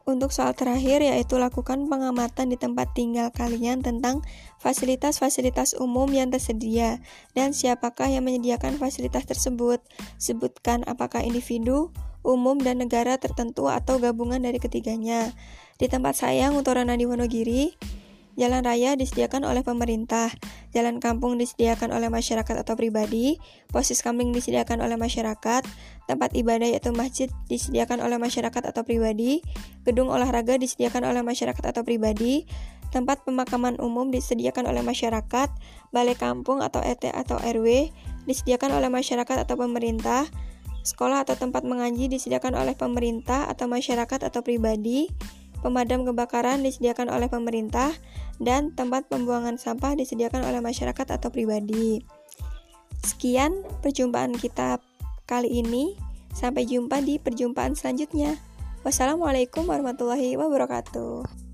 Untuk soal terakhir, yaitu lakukan pengamatan di tempat tinggal kalian tentang fasilitas-fasilitas umum yang tersedia dan siapakah yang menyediakan fasilitas tersebut. Sebutkan apakah individu, umum, dan negara tertentu atau gabungan dari ketiganya. Di tempat saya, Ngutorana di Wonogiri, jalan raya disediakan oleh pemerintah, jalan kampung disediakan oleh masyarakat atau pribadi, posis kamling disediakan oleh masyarakat, tempat ibadah yaitu masjid disediakan oleh masyarakat atau pribadi, gedung olahraga disediakan oleh masyarakat atau pribadi, tempat pemakaman umum disediakan oleh masyarakat, balai kampung atau RT atau RW disediakan oleh masyarakat atau pemerintah, sekolah atau tempat mengaji disediakan oleh pemerintah atau masyarakat atau pribadi, pemadam kebakaran disediakan oleh pemerintah, dan tempat pembuangan sampah disediakan oleh masyarakat atau pribadi. Sekian perjumpaan kita kali ini. Sampai jumpa di perjumpaan selanjutnya. Wassalamualaikum warahmatullahi wabarakatuh.